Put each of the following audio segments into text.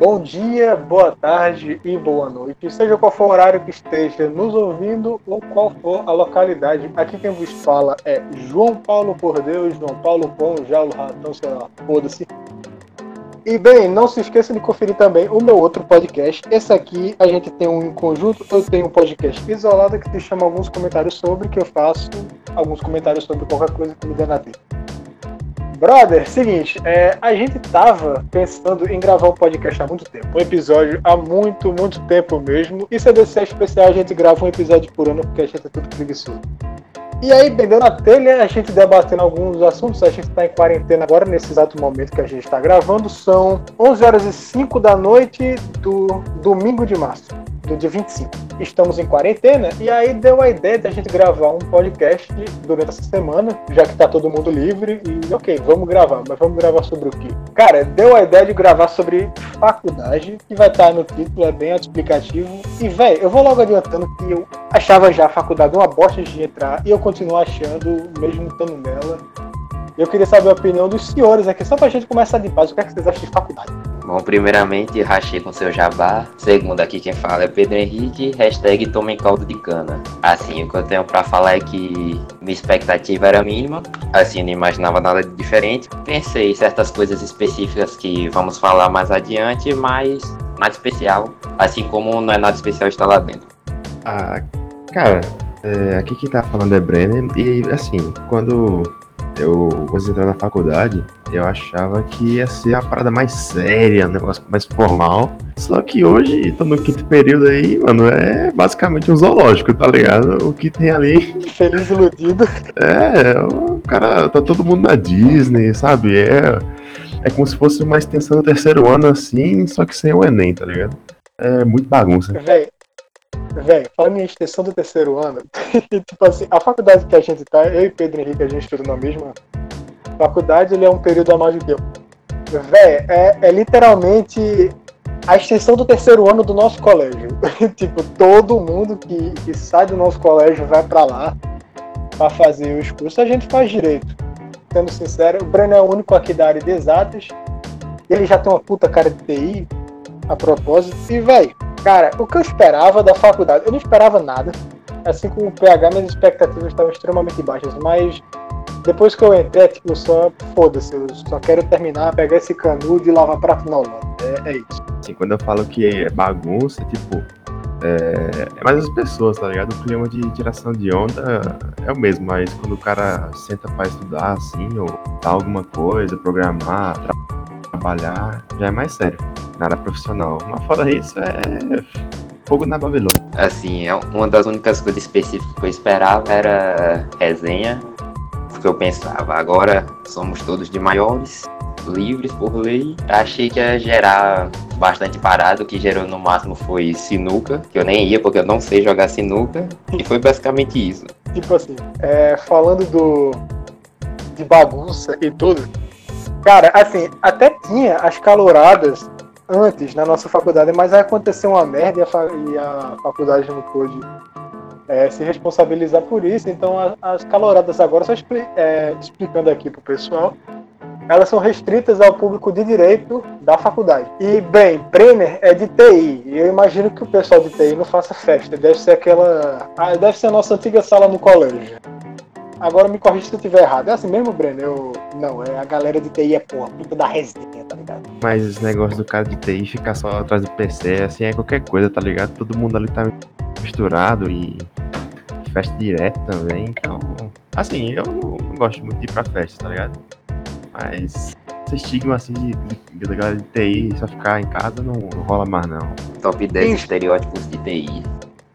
Bom dia, boa tarde e boa noite, seja qual for o horário que esteja nos ouvindo ou qual for a localidade. Aqui quem vos fala é João Paulo por Deus, João Paulo Pão, Jaulo Ratão, sei lá, foda-se. E bem, não se esqueça de conferir também o meu outro podcast. Esse aqui a gente tem um em conjunto, eu tenho um podcast isolado que se chama Alguns Comentários Sobre, que eu faço alguns comentários sobre qualquer coisa que me dê na telha. Brother, seguinte, a gente tava pensando em gravar um podcast há muito tempo, um episódio há muito tempo mesmo, e se a DC é especial a gente grava um episódio por ano porque a gente é tudo preguiçoso. E aí, bem, deu na telha, a gente debatendo alguns assuntos, a gente tá em quarentena agora, nesse exato momento que a gente tá gravando, são 11h05 da noite do domingo de março, do dia 25. Estamos em quarentena, e aí deu a ideia de a gente gravar um podcast durante essa semana, já que tá todo mundo livre, e ok, vamos gravar, mas vamos gravar sobre o quê? Cara, deu a ideia de gravar sobre faculdade, que vai estar no título, é bem autoexplicativo, e véi, eu vou logo adiantando que eu achava já a faculdade uma bosta de entrar, e eu continuo achando, mesmo estando nela. Eu queria saber a opinião dos senhores aqui, só pra gente começar de base, o que é que vocês acham de faculdade? Bom, primeiramente, rachei com seu jabá. Segundo, aqui quem fala é Pedro Henrique, hashtag tomem caldo de cana. Assim, o que eu tenho pra falar é que minha expectativa era mínima, assim, não imaginava nada de diferente. Pensei em certas coisas específicas que vamos falar mais adiante, mas nada especial, assim como não é nada especial estar lá dentro. Cara, aqui quem tá falando é Brenner, e assim, quando eu entrei na faculdade, eu achava que ia ser a parada mais séria, um negócio mais formal. Só que hoje, tô no quinto período aí, mano, é basicamente um zoológico, tá ligado? O que tem ali... Feliz iludido. O cara, tá todo mundo na Disney, sabe? É como se fosse uma extensão do terceiro ano, assim, só que sem o Enem, tá ligado? É muito bagunça. Véi, falando em extensão do terceiro ano, tipo assim, a faculdade que a gente tá, eu e Pedro Henrique, a gente estuda na mesma faculdade, ele é um período a mais do que eu. Véi, é literalmente a extensão do terceiro ano do nosso colégio. Tipo, todo mundo que sai do nosso colégio vai pra lá pra fazer os cursos. A gente faz direito. Sendo sincero, o Breno é o único aqui da área de exatas. Ele já tem uma puta cara de TI, a propósito. E, véi, cara, o que eu esperava da faculdade, eu não esperava nada. Assim como o PH, minhas expectativas estavam extremamente baixas, mas depois que eu entrei, tipo, só foda-se, eu só quero terminar, pegar esse canudo e lavar prato na aula. É isso. Assim, quando eu falo que é bagunça, tipo, é mais as pessoas, tá ligado? O clima de tiração de onda é o mesmo, mas quando o cara senta pra estudar, assim, ou dar alguma coisa, programar, trabalhar, já é mais sério. Nada profissional. Mas fora isso, é fogo na Babilônia. Assim, uma das únicas coisas específicas que eu esperava era resenha, porque eu pensava, agora somos todos de maiores, livres por lei. Achei que ia gerar bastante parado, o que gerou no máximo foi sinuca, que eu nem ia porque eu não sei jogar sinuca, e foi basicamente isso. Tipo assim, falando de bagunça e tudo, cara, assim, até tinha as caloradas antes na nossa faculdade, mas aí aconteceu uma merda e a faculdade não pôde se responsabilizar por isso, então as caloradas agora, só explicando aqui pro pessoal, elas são restritas ao público de direito da faculdade. E, bem, Brenner é de TI, e eu imagino que o pessoal de TI não faça festa, deve ser deve ser a nossa antiga sala no colégio. Agora me corrija se eu estiver errado. É assim mesmo, Breno? Não, a galera de TI é porra, puta da resenha, tá ligado? Mas esse negócio do cara de TI ficar só atrás do PC, assim, é qualquer coisa, tá ligado? Todo mundo ali tá misturado e festa direto também, então... Assim, eu não gosto muito de ir pra festa, tá ligado? Mas esse estigma, assim, da galera de TI só ficar em casa não rola mais, não. Top 10 estereótipos de TI.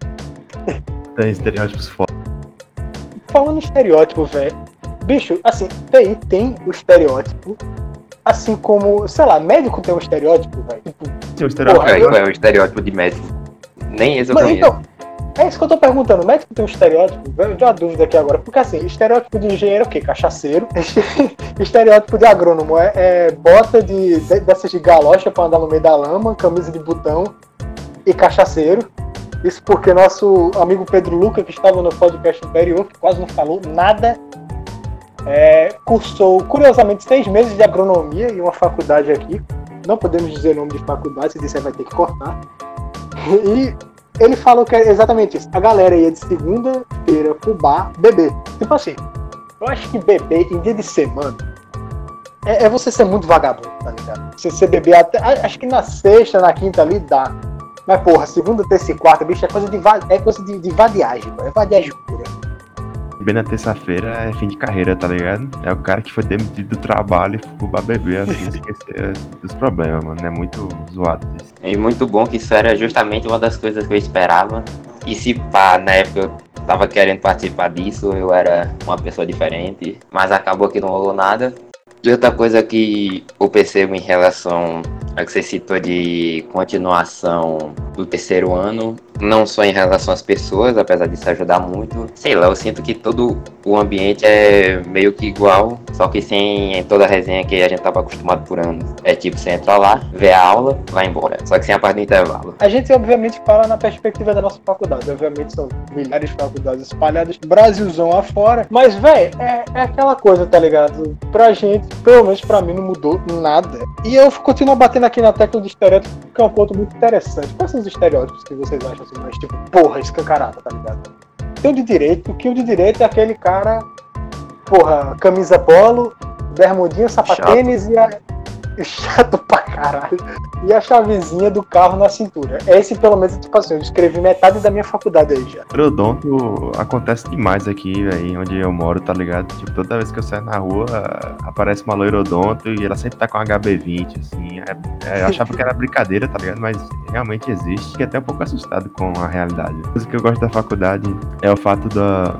Tem estereótipos foda. Falando em estereótipo, velho, bicho, assim, TI tem o estereótipo, assim como, sei lá, médico tem um estereótipo, velho. Tipo, tem um estereótipo. Qual é o estereótipo de médico? Nem esse eu conheço. Então, é isso que eu tô perguntando, médico tem um estereótipo? Eu tenho uma dúvida aqui agora, porque assim, estereótipo de engenheiro é o quê? Cachaceiro. Estereótipo de agrônomo é bota dessas de galocha pra andar no meio da lama, camisa de botão e cachaceiro. Isso porque nosso amigo Pedro Luca, que estava no podcast anterior, que quase não falou nada, cursou, curiosamente, 6 meses de agronomia em uma faculdade aqui, não podemos dizer nome de faculdade, se disser vai ter que cortar. E ele falou que é exatamente isso. A galera ia de segunda-feira pro bar beber. Tipo assim, eu acho que beber em dia de semana é você ser muito vagabundo, tá ligado? Você beber até. Acho que na sexta, na quinta ali dá. Mas porra, segunda, terça e quarta, bicho, é coisa de vadiagem, é vadiagem pura. Bem na terça-feira é fim de carreira, tá ligado? É o cara que foi demitido do trabalho e ficou pra beber, assim, esquecer dos problemas, mano. É muito zoado isso. É muito bom que isso era justamente uma das coisas que eu esperava. E se pá, na época eu tava querendo participar disso, eu era uma pessoa diferente, mas acabou que não rolou nada. E outra coisa que eu percebo em relação a que você citou de continuação do terceiro ano, não só em relação às pessoas, apesar disso ajudar muito, sei lá, eu sinto que todo o ambiente é meio que igual, só que sem toda a resenha que a gente tava acostumado por anos. É tipo, você entra lá, vê a aula, vai embora, só que sem a parte do intervalo. A gente obviamente fala na perspectiva da nossa faculdade, obviamente são milhares de faculdades espalhadas, Brasilzão afora, mas véi, é aquela coisa, tá ligado? Pra gente, pelo menos pra mim, não mudou nada. E eu continuo batendo aqui na tecla de estereótipo, que é um ponto muito interessante. Quais são os estereótipos que vocês acham assim, mais tipo, porra, escancarada, tá ligado? Tem o de direito, que o de direito é aquele cara, porra, camisa polo, bermudinha, sapatênis e chato pra caralho. E a chavezinha do carro na cintura. Esse, pelo menos, tipo assim, eu escrevi metade da minha faculdade aí já. Periodonto acontece demais aqui, velho, onde eu moro, tá ligado? Tipo, toda vez que eu saio na rua, aparece uma loirodonto e ela sempre tá com HB20, assim. Eu achava que era brincadeira, tá ligado? Mas realmente existe. Fiquei até um pouco assustado com a realidade. A coisa que eu gosto da faculdade é o fato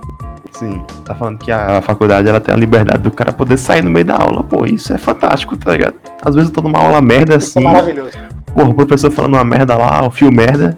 Sim, tá falando que a faculdade ela tem a liberdade do cara poder sair no meio da aula. Pô, isso é fantástico, tá ligado? Às vezes eu tô numa aula merda assim. Isso é maravilhoso. Porra, o professor falando uma merda lá, o fio merda.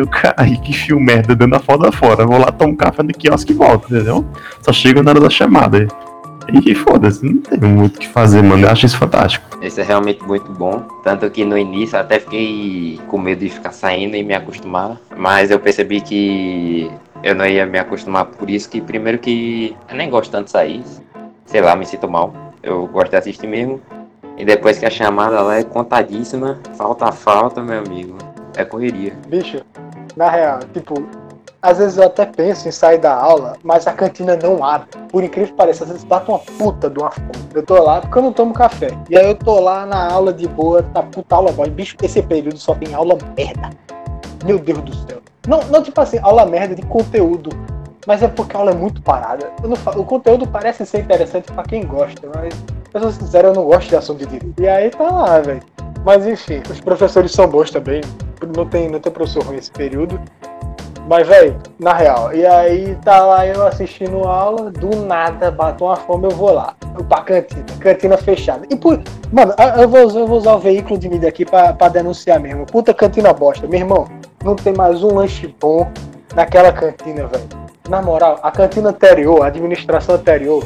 Aí que fio merda, dando a foda fora. Vou lá tomar um café no quiosque e volto, entendeu? Só chego na hora da chamada. E foda-se, não tem muito o que fazer, mano. Eu acho isso fantástico. Isso é realmente muito bom. Tanto que no início até fiquei com medo de ficar saindo e me acostumar. Mas eu percebi que eu não ia me acostumar por isso, que primeiro que eu nem gosto tanto de sair. Sei lá, me sinto mal. Eu gosto de assistir mesmo. E depois que a chamada lá é contadíssima, falta, meu amigo. É correria. Bicho, na real, tipo, às vezes eu até penso em sair da aula, mas a cantina não abre. Por incrível que pareça, às vezes bate uma puta de uma fome. Eu tô lá porque eu não tomo café. E aí eu tô lá na aula de boa, tá puta aula boa. Bicho, esse período só tem aula merda. Meu Deus do céu. Não tipo assim, aula merda de conteúdo. Mas é porque a aula é muito parada. O conteúdo parece ser interessante pra quem gosta, mas, pra ser sincero, eu não gosto de assunto de direito. E aí tá lá, velho. Mas enfim, os professores são bons também. Não tem professor ruim nesse período. Mas, velho, na real, e aí tá lá eu assistindo aula, do nada, bato uma fome, eu vou lá, pra cantina fechada. E mano, eu vou usar o veículo de mídia aqui pra denunciar mesmo. Puta cantina bosta, meu irmão, não tem mais um lanche bom naquela cantina, velho. Na moral, a cantina anterior, a administração anterior,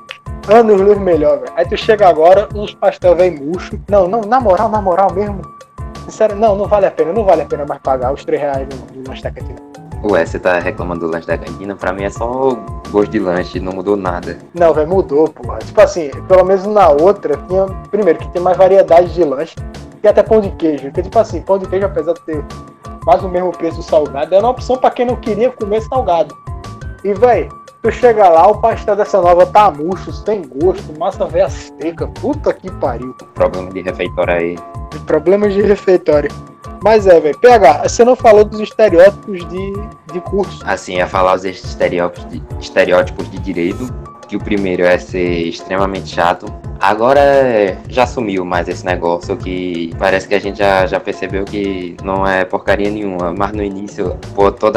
anos luz melhor, velho. Aí tu chega agora, os pastel vem murcho. Não, na moral mesmo. Sincero, não vale a pena mais pagar os R$3 no lanche da cantina. Ué, você tá reclamando do lanche da cantina? Pra mim é só gosto de lanche, não mudou nada. Não, velho, mudou, porra. Tipo assim, pelo menos na outra, tinha, primeiro, que tem mais variedade de lanche, e até pão de queijo. Porque, tipo assim, pão de queijo, apesar de ter quase o mesmo preço do salgado, era uma opção pra quem não queria comer salgado. E, velho, tu chega lá, o pastel dessa nova tá murcho, sem gosto, massa velha seca, puta que pariu. Problema de refeitório aí. Problemas de refeitório. Mas velho, PH, você não falou dos estereótipos de curso. Assim, ia falar os estereótipos de direito, que o primeiro é ser extremamente chato. Agora já sumiu mais esse negócio, que parece que a gente já percebeu que não é porcaria nenhuma. Mas no início, pô, toda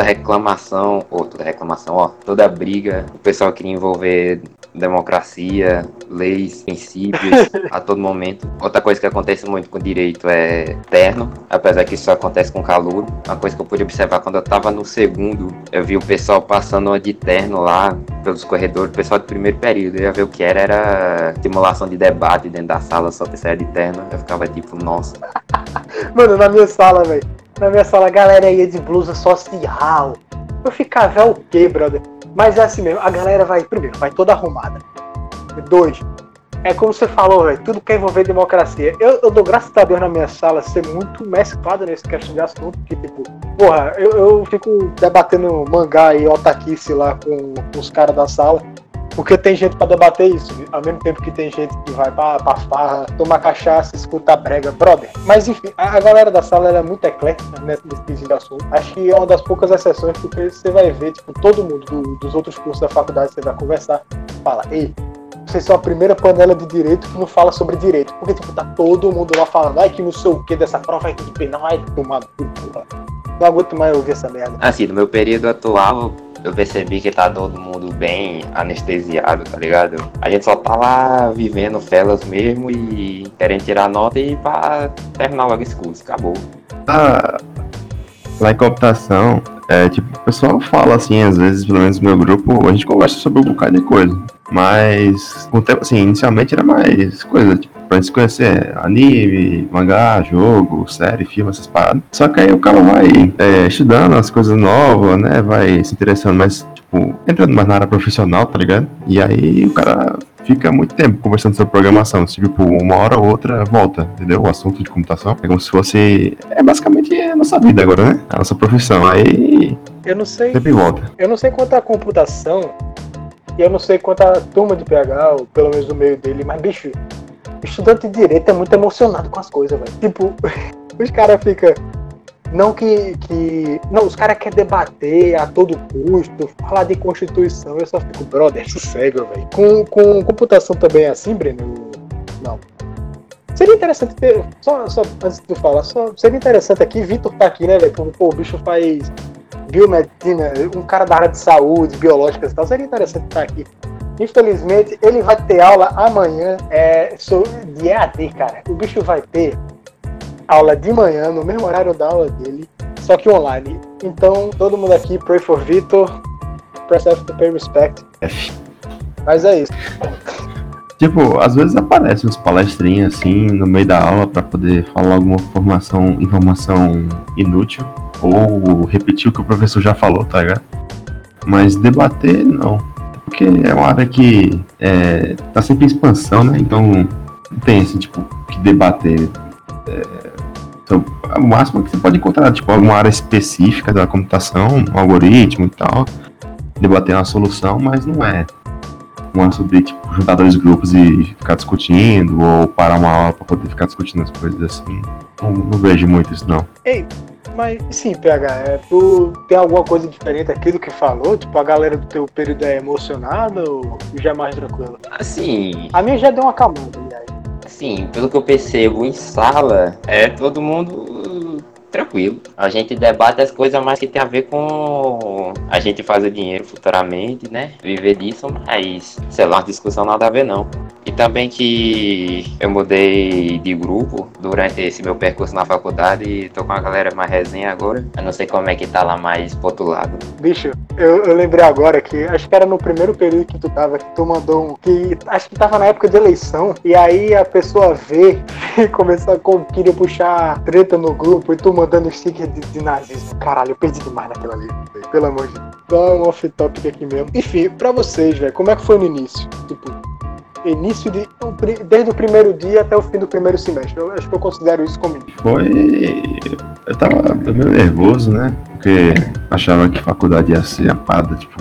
briga, o pessoal queria envolver democracia, leis, princípios a todo momento. Outra coisa que acontece muito com direito é terno, apesar que isso acontece com calouro. Uma coisa que eu pude observar quando eu tava no segundo, eu vi o pessoal passando de terno lá pelos corredores, o pessoal do primeiro período, eu ia ver o que era simulação de debate dentro da sala, só que saia de terno, eu ficava tipo, nossa. Mano, na minha sala, velho, a galera ia de blusa social. Eu ficava, o quê, brother? Mas é assim mesmo, a galera vai toda arrumada. 2, é como você falou, velho, tudo que envolver democracia. Eu dou graças a Deus na minha sala ser muito mesclado nesse questão de assunto, que tipo, porra, eu fico debatendo mangá e otakice lá com os caras da sala, porque tem gente pra debater isso, ao mesmo tempo que tem gente que vai pra farra, tomar cachaça, escutar brega, brother. Mas enfim, a galera da sala ela é muito eclética nesse tipo de assunto. Acho que é uma das poucas exceções, porque você vai ver, tipo, todo mundo dos outros cursos da faculdade, você vai conversar, fala, ei, vocês são a primeira panela de direito que não fala sobre direito. Porque, tipo, tá todo mundo lá falando, ai, que não sei o que dessa prova aqui de penal, ai, tomar porra. Não aguento mais ouvir essa merda. Assim, no meu período atual, eu percebi que tá todo mundo bem anestesiado, tá ligado? A gente só tá lá vivendo felas mesmo e querendo tirar nota e pra terminar logo esse curso, acabou. Lá em computação, tipo, o pessoal fala assim, às vezes, pelo menos no meu grupo, a gente conversa sobre um bocado de coisa. Mas, com o tempo, assim, inicialmente era mais coisa, tipo, pra gente se conhecer anime, mangá, jogo, série, filme, essas paradas. Só que aí o cara vai estudando as coisas novas, né, vai se interessando mais, tipo, entrando mais na área profissional, tá ligado? E aí o cara fica muito tempo conversando sobre programação, tipo, uma hora ou outra volta, entendeu? O assunto de computação. É como se fosse, basicamente a nossa vida agora, né? A nossa profissão. Aí eu não sei, sempre volta. Eu não sei quanto a computação e eu não sei quanto a turma de PH, ou pelo menos o meio dele, mas, bicho, estudante de direito é muito emocionado com as coisas, velho. Tipo, os caras ficam... Não Não, os caras querem debater a todo custo, falar de Constituição, eu só fico, brother, sossega, velho. Com computação também é assim, Breno? Não. Seria interessante ter... Só antes de tu falar, seria interessante aqui, Vitor tá aqui, né, velho? Pô, o bicho faz biomedicina, um cara da área de saúde, biológicas e tal, seria interessante estar aqui. Infelizmente, ele vai ter aula amanhã de EAD, cara. O bicho vai ter aula de manhã, no mesmo horário da aula dele, só que online. Então, todo mundo aqui, pray for Vitor, press F to pay respect. Mas é isso. Tipo, às vezes aparecem uns palestrinhas assim, no meio da aula, pra poder falar alguma informação inútil, ou repetir o que o professor já falou, tá ligado? Mas debater, não. Porque é uma área que tá sempre em expansão, né? Então, não tem assim, tipo, que debater. Então, o máximo que você pode encontrar, tipo, alguma área específica da computação, um algoritmo e tal, debater uma solução, mas não é sobre, tipo, juntar dois grupos e ficar discutindo, ou parar uma aula pra poder ficar discutindo as coisas assim. Não vejo muito isso, não. Ei, mas sim, PH, tu tem alguma coisa diferente aqui do que falou? Tipo, a galera do teu período é emocionada ou já é mais tranquila? Assim, A minha já deu uma acalmada, aliás. assim, pelo que eu percebo em sala, é todo mundo tranquilo. A gente debate as coisas mais que tem a ver com a gente fazer dinheiro futuramente, né? Viver disso, mas, sei lá, uma discussão nada a ver não. E também que eu mudei de grupo durante esse meu percurso na faculdade e tô com a galera mais resenha agora. Eu não sei como é que tá lá mais pro outro lado. Bicho, eu lembrei agora que acho que era no primeiro período que tu tava, que tu mandou que acho que tava na época de eleição, e aí a pessoa vê e queria puxar treta no grupo e tu mandando sticker de nazismo. Caralho, eu perdi demais naquela ali, véio, pelo amor de Deus. Dá um off-topic aqui mesmo. Enfim, pra vocês, velho, como é que foi no início? Tipo, desde o primeiro dia até o fim do primeiro semestre. Eu acho que eu considero isso como... Eu tava meio nervoso, né? Porque achava que faculdade ia ser a parada, tipo,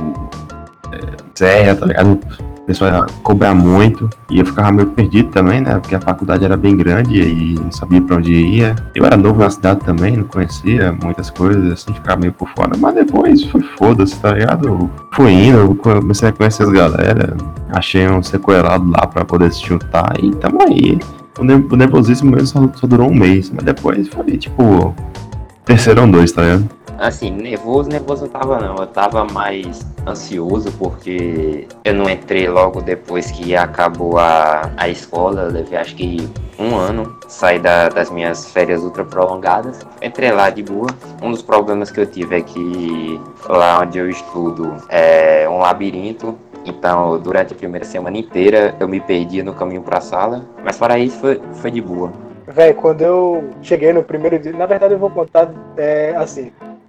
séria, tá ligado? O pessoal ia cobrar muito e eu ficava meio perdido também, né? Porque a faculdade era bem grande e não sabia pra onde ia. Eu era novo na cidade também, não conhecia muitas coisas, assim, ficava meio por fora. Mas depois foi foda-se, tá ligado? Fui indo, comecei a conhecer as galera, achei um sequelado lá pra poder se juntar e tamo aí. O nervosismo mesmo só durou um mês, mas depois foi tipo, terceirão 2, tá ligado? Assim, nervoso não tava não, eu tava mais ansioso porque eu não entrei logo depois que acabou a escola, eu levei acho que um ano, saí das minhas férias ultra prolongadas, entrei lá de boa. Um dos problemas que eu tive é que lá onde eu estudo é um labirinto, então durante a primeira semana inteira eu me perdia no caminho pra sala, mas para isso foi de boa. Véi, quando eu cheguei no primeiro dia, na verdade eu vou contar assim.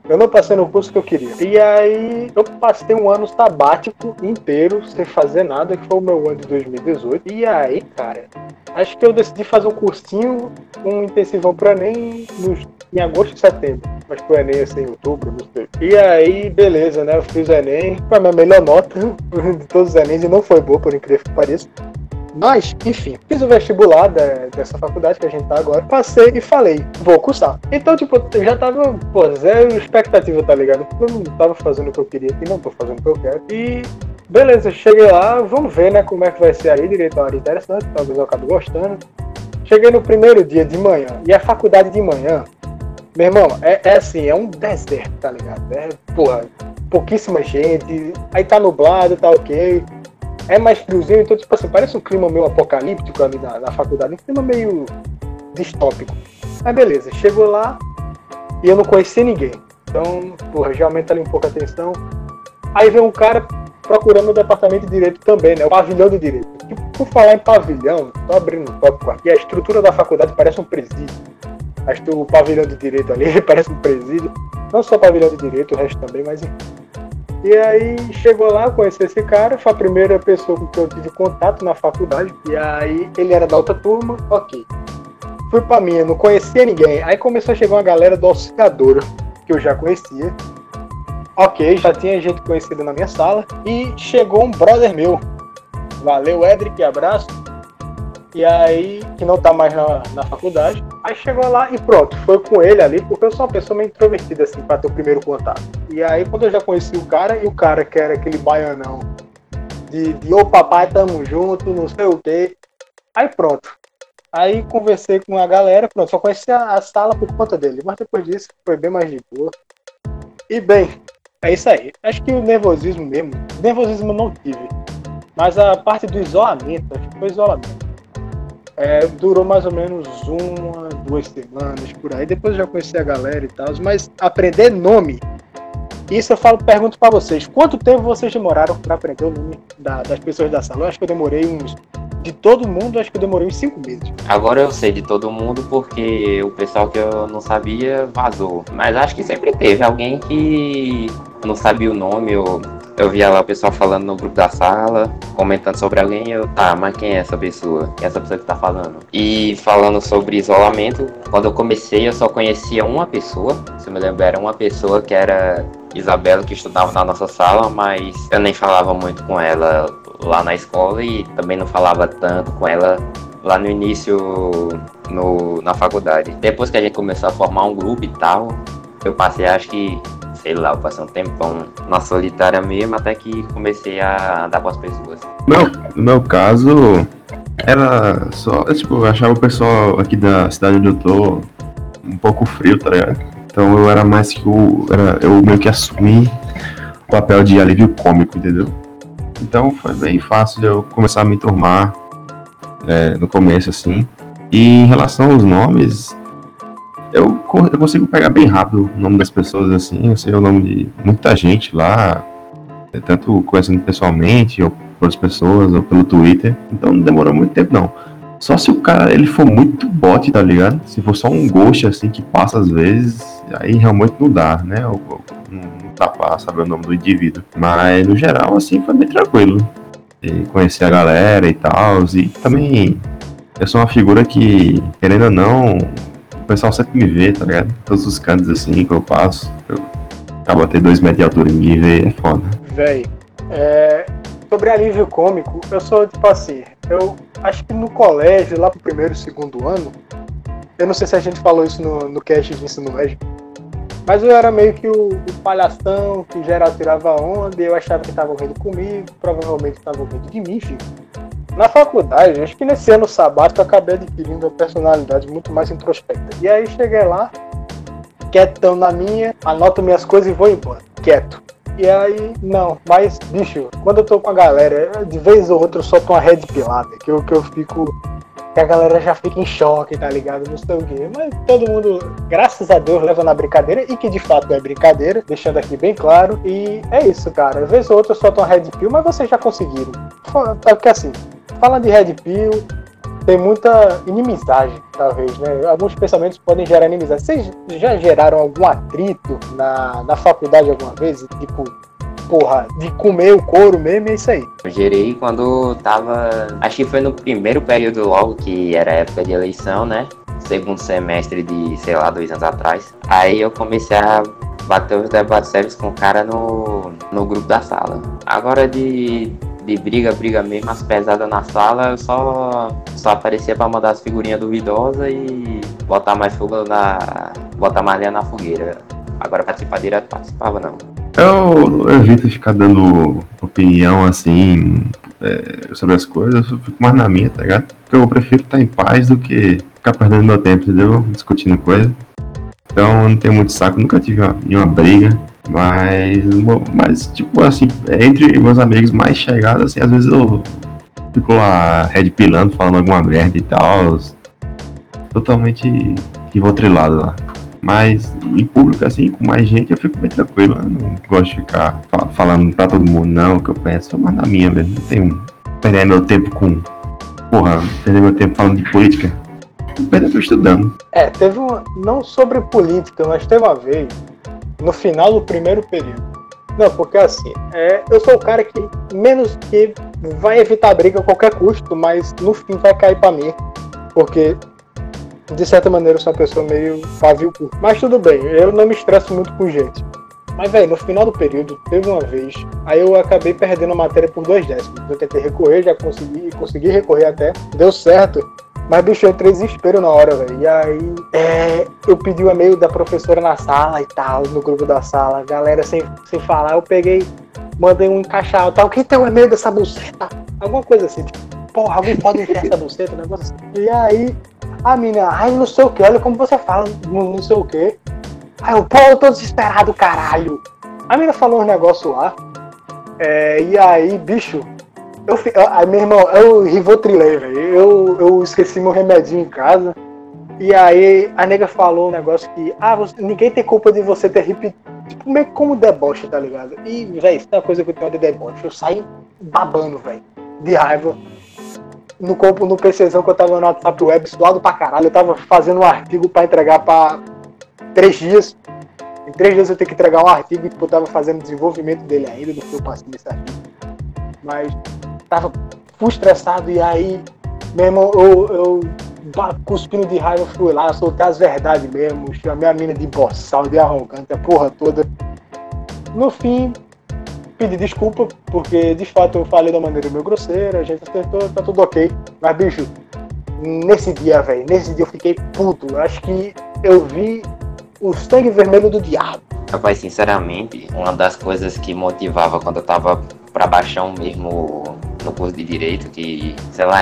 Eu não passei no curso que eu queria. E aí eu passei um ano sabático inteiro sem fazer nada, que foi o meu ano de 2018. E aí, cara, acho que eu decidi fazer um cursinho, um intensivão pro Enem em agosto e setembro. Mas pro Enem assim, em outubro, não sei. E aí, beleza, né? Eu fiz o Enem, foi a minha melhor nota de todos os Enems e não foi boa, por incrível que pareça. Mas, enfim, fiz o vestibular dessa faculdade que a gente tá agora, passei e falei, vou cursar. Então, tipo, eu já tava, zero expectativa, tá ligado? Eu não tava fazendo o que eu queria e não tô fazendo o que eu quero. E, beleza, cheguei lá, vamos ver, né, como é que vai ser aí, direito a área interessante, talvez eu acabe gostando. Cheguei no primeiro dia de manhã, e a faculdade de manhã, meu irmão, é assim, é um deserto, tá ligado? Pouquíssima gente, aí tá nublado, tá ok. É mais friozinho, então, tipo assim, parece um clima meio apocalíptico ali na faculdade, um clima meio distópico. Mas beleza, chegou lá e eu não conhecia ninguém. Então, já aumenta ali um pouco a tensão. Aí vem um cara procurando o departamento de direito também, né? O pavilhão de direito. E por falar em pavilhão, tô abrindo um tópico aqui, a estrutura da faculdade parece um presídio. Acho que o pavilhão de direito ali parece um presídio. Não só o pavilhão de direito, o resto também, mas enfim. E aí chegou lá, conheci esse cara, foi a primeira pessoa com que eu tive contato na faculdade. E aí ele era da outra turma, ok. Fui pra minha, não conhecia ninguém. Aí começou a chegar uma galera do Auxiliadora, que eu já conhecia. Ok, já tinha gente conhecida na minha sala. E chegou um brother meu. Valeu, Edric, abraço. E aí, que não tá mais na faculdade. Aí chegou lá e pronto, foi com ele ali, porque eu sou uma pessoa meio introvertida, assim, pra ter o primeiro contato. E aí, quando eu já conheci o cara, e o cara que era aquele baianão, de ô papai, tamo junto, não sei o quê. Aí pronto. Aí conversei com a galera, pronto, só conheci a sala por conta dele. Mas depois disso, foi bem mais de boa. E bem, é isso aí. Acho que o nervosismo mesmo, nervosismo eu não tive. Mas a parte do isolamento, acho que foi isolamento. Durou mais ou menos 2 semanas por aí. Depois eu já conheci a galera e tal. Mas aprender nome, isso eu pergunto pra vocês. Quanto tempo vocês demoraram pra aprender o nome das pessoas da sala? Eu acho que eu demorei de todo mundo, acho que eu demorei uns 5 meses. Agora eu sei de todo mundo porque o pessoal que eu não sabia vazou. Mas acho que sempre teve alguém que não sabia o nome. Eu via lá o pessoal falando no grupo da sala, comentando sobre alguém, mas quem é essa pessoa? Quem é essa pessoa que tá falando? E falando sobre isolamento, quando eu comecei eu só conhecia uma pessoa, se eu me lembro era uma pessoa que era Isabela, que estudava na nossa sala, mas eu nem falava muito com ela lá na escola e também não falava tanto com ela lá no início na faculdade. Depois que a gente começou a formar um grupo e tal, eu passei eu passei um tempão na solitária mesmo, até que comecei a andar com as pessoas. No meu caso, era só, eu achava o pessoal aqui da cidade onde eu tô um pouco frio, tá ligado? Então eu era mais que eu meio que assumi o papel de alívio cômico, entendeu? Então foi bem fácil de eu começar a me enturmar no começo, assim. E em relação aos nomes, eu consigo pegar bem rápido o nome das pessoas, assim. Eu sei o nome de muita gente lá, tanto conhecendo pessoalmente, ou por outras pessoas, ou pelo Twitter. Então não demorou muito tempo, não. Só se o cara ele for muito bot, tá ligado? Se for só um ghost, assim, que passa às vezes, aí realmente não dá, né? Não dá pra saber o nome do indivíduo. Mas, no geral, assim, foi bem tranquilo. E conhecer a galera e tal. E também, eu sou uma figura que, querendo ou não, o pessoal sempre me vê, tá ligado? Todos os cantos, assim, que eu passo. Eu acabo a ter 2 metros de altura e me vê, é foda. Véi, sobre alívio cômico, eu sou, tipo assim, eu acho que no colégio, lá pro primeiro e segundo ano, eu não sei se a gente falou isso no cast de ensino médio, mas eu era meio que o palhação, que geral tirava onda, e eu achava que estavam rindo comigo, provavelmente estavam rindo de mim, filho. Na faculdade, acho que nesse ano sabático, eu acabei adquirindo uma personalidade muito mais introspecta. E aí cheguei lá, quietão na minha, anoto minhas coisas e vou embora, quieto. E aí, não, mas, bicho, quando eu tô com a galera, de vez ou outra eu solto uma red pilada, que eu fico, que a galera já fica em choque, tá ligado? Não sei o quê. Mas todo mundo, graças a Deus, leva na brincadeira, e que de fato é brincadeira, deixando aqui bem claro. E é isso, cara. De vez ou outra eu solto uma red pill, mas vocês já conseguiram. Porque assim, falando de red pill, tem muita inimizade, talvez, né? Alguns pensamentos podem gerar inimizade. Vocês já geraram algum atrito na faculdade alguma vez? Tipo, porra, de comer o couro mesmo, é isso aí. Eu gerei quando tava. Acho que foi no primeiro período logo, que era época de eleição, né? Segundo semestre de, sei lá, 2 anos atrás. Aí eu comecei a bater os debates sérios com o cara no grupo da sala. Agora de briga mesmo, as pesadas na sala, eu só aparecia pra mandar as figurinhas duvidosas e botar mais fogo botar mais lenha na fogueira. Agora participar direto, participava não. Eu evito ficar dando opinião assim sobre as coisas, eu fico mais na minha, tá ligado? Porque eu prefiro estar em paz do que ficar perdendo meu tempo, entendeu? Discutindo coisa. Então eu não tenho muito saco, nunca tive nenhuma briga, mas tipo assim, entre meus amigos mais chegados, assim, às vezes eu fico lá redpilando, falando alguma merda e tal, totalmente rivotrilado lá. Mas em público, assim, com mais gente, eu fico bem tranquilo. Eu não gosto de ficar falando pra todo mundo, não, o que eu penso, mas na minha mesmo. Não tenho perder meu tempo perder meu tempo falando de política. Vou perder tempo estudando. Teve não sobre política, mas teve uma vez, no final do primeiro período. Não, porque assim, eu sou o cara que menos que vai evitar briga a qualquer custo, mas no fim vai cair pra mim. Porque de certa maneira eu sou uma pessoa meio pavio curto. Mas tudo bem, eu não me estresso muito com gente. Mas, velho, no final do período, teve uma vez, aí eu acabei perdendo a matéria por 2 décimos. Eu tentei recorrer, já consegui recorrer até, deu certo. Mas, bicho, eu entrei em desespero na hora, velho. E aí, eu pedi o e-mail da professora na sala e tal, no grupo da sala. Galera, sem falar, eu peguei, mandei um encaixado e tal. Quem tem o e-mail dessa buceta? Alguma coisa assim, tipo, porra, alguém pode enfiar essa buceta, um negócio assim. E aí, a menina, não sei o que, olha como você fala, não sei o que. Aí eu, eu tô desesperado, caralho. A menina falou uns negócios lá. E aí, bicho, meu irmão, eu rivotrilei, velho. Eu esqueci meu remedinho em casa. E aí a nega falou um negócio que, ninguém tem culpa de você ter repetido. Tipo, meio como deboche, tá ligado? E, velho, isso é uma coisa que eu tenho de deboche. Eu saí babando, velho, de raiva. No PCzão que eu tava no WhatsApp Web, suado pra caralho. Eu tava fazendo um artigo pra entregar pra 3 dias. Em 3 dias eu tenho que entregar um artigo e eu tava fazendo desenvolvimento dele ainda, do que eu passei nesse artigo. Mas tava full estressado e aí, meu irmão, eu cuspindo de raiva, fui lá, soltei as verdades mesmo, chamei a mina de boçal, de arrogante, a porra toda. No fim, pedi desculpa, porque de fato eu falei da maneira meio grosseira, a gente acertou, tá tudo ok. Mas, bicho, nesse dia eu fiquei puto. Eu acho que eu vi o sangue vermelho do diabo. Rapaz, sinceramente, uma das coisas que motivava quando eu tava pra baixão mesmo no curso de Direito, que, sei lá,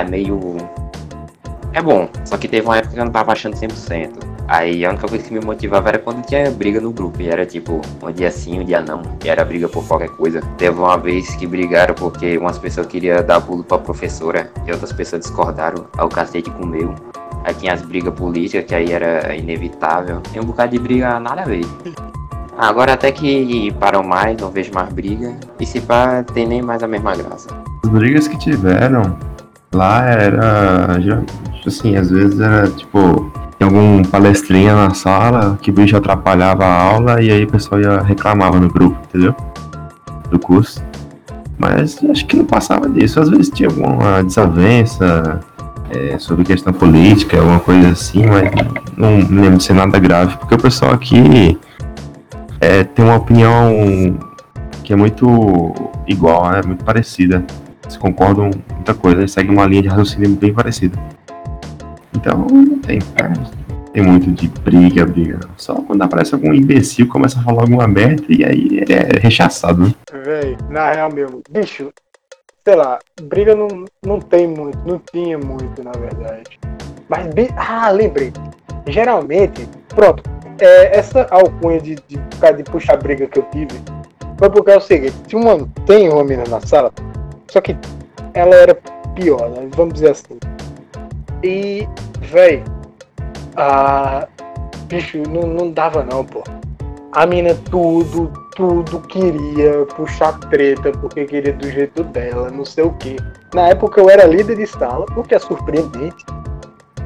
é bom, só que teve uma época que eu não tava achando 100%. Aí a única coisa que me motivava era quando tinha briga no grupo, e era tipo, um dia sim, um dia não, e era briga por qualquer coisa. Teve uma vez que brigaram porque umas pessoas queriam dar pulo pra professora, e outras pessoas discordaram, aí o cacete comeu. Aí tinha as brigas políticas, que aí era inevitável. Tem um bocado de briga nada a ver. Agora até que param mais, não vejo mais briga, e se pá, tem nem mais a mesma graça. As brigas que tiveram lá era, assim, às vezes era tipo, tem algum palestrinha na sala que o bicho atrapalhava a aula e aí o pessoal reclamava no grupo, entendeu? Do curso. Mas acho que não passava disso. Às vezes tinha alguma desavença sobre questão política, alguma coisa assim, mas não lembro de ser nada grave, porque o pessoal aqui tem uma opinião que é muito igual, né? Muito parecida. Eles concordam com muita coisa, eles seguem uma linha de raciocínio bem parecida. Então não tem muito de briga. Só quando aparece algum imbecil começa a falar alguma merda e aí ele é rechaçado, né? Véi, na real mesmo, bicho, sei lá, briga não tem muito, não tinha muito na verdade. Mas, lembrei, geralmente, pronto, essa alcunha de puxar briga que eu tive foi porque é o seguinte, tem uma menina na sala, só que ela era pior, né? Vamos dizer assim. E, véi, bicho, não dava não, pô. A mina tudo queria puxar treta, porque queria do jeito dela, não sei o que. Na época eu era líder de sala, o que é surpreendente.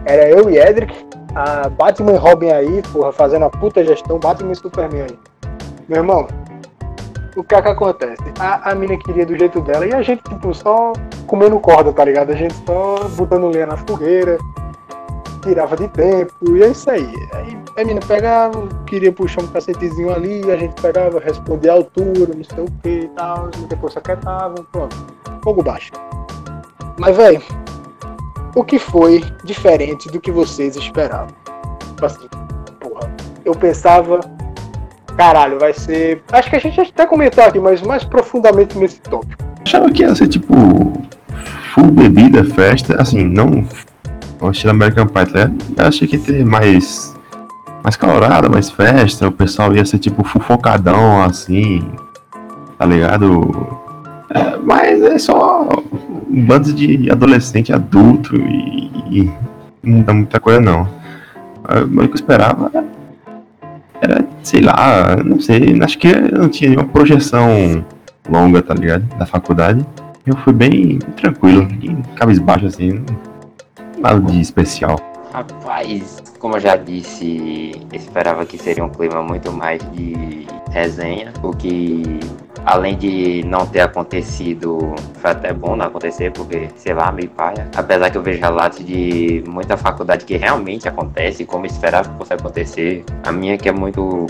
Era eu e Edric, a Batman e Robin aí, porra, fazendo a puta gestão, Batman e Superman aí. Meu irmão, o que é que acontece? A mina queria do jeito dela e a gente, tipo, só comendo corda, tá ligado? A gente só botando lenha na fogueira, tirava de tempo, e é isso aí. Aí a mina pegava, queria puxar um cacetezinho ali, a gente pegava, respondia a altura, não sei o que e tal, depois se aquietavam, pronto. Fogo baixo. Mas, velho, o que foi diferente do que vocês esperavam? Tipo assim, porra, eu pensava, caralho, vai ser... Acho que a gente até comentou aqui, mas mais profundamente nesse tópico. Achava que ia ser tipo full bebida, festa, assim, não o estilo American Pie, tá? Eu achei que ia ter mais calorada, mais festa, o pessoal ia ser tipo fofocadão, assim, tá ligado? Mas é só um bando de adolescente adulto e não dá muita coisa não. O que eu esperava era, sei lá, não sei, acho que não tinha nenhuma projeção longa, tá ligado? Da faculdade. Eu fui bem tranquilo, cabisbaixo assim, nada de especial. Rapaz, como eu já disse, esperava que seria um clima muito mais de resenha, o que, além de não ter acontecido, foi até bom não acontecer, porque, sei lá, meio paia. Apesar que eu vejo relatos de muita faculdade que realmente acontece, como eu esperava que fosse acontecer. A minha que é muito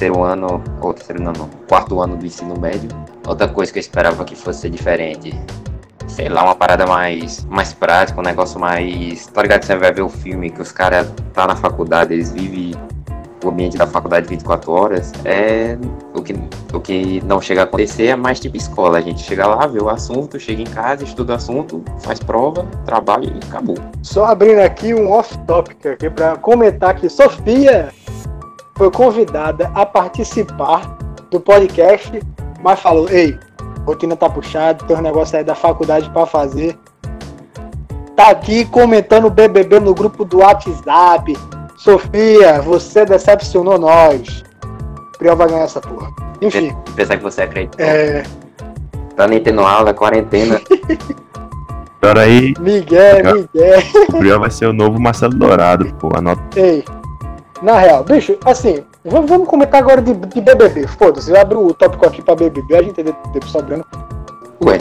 quarto ano do ensino médio. Outra coisa que eu esperava que fosse diferente, sei lá, uma parada mais prática, um negócio mais... Tá ligado que você vai ver o filme, que os caras tá na faculdade, eles vivem o ambiente da faculdade 24 horas. O que não chega a acontecer é mais tipo escola. A gente chega lá, vê o assunto, chega em casa, estuda o assunto, faz prova, trabalha e acabou. Só abrindo aqui um off-topic aqui pra comentar que Sofia foi convidada a participar do podcast, mas falou, ei, rotina tá puxada, tem um negócio aí da faculdade pra fazer. Tá aqui comentando o BBB no grupo do WhatsApp. Sofia, você decepcionou nós. Priol vai ganhar essa porra. Enfim. Pensar que você acreditou. Tá nem tendo aula, quarentena. Agora aí... Miguel. O Priol vai ser o novo Marcelo Dourado, pô, anota. Ei, na real, bicho, assim, vamos comentar agora de BBB. Foda-se, eu abro o tópico aqui pra BBB, a gente tem tempo sobrando. Ué.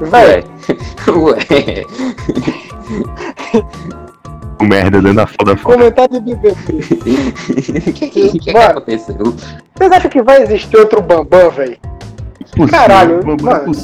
O merda dando a foda. Comentar de BBB. O que aconteceu? Vocês acham que vai existir outro Bambam, velho? Caralho, mano.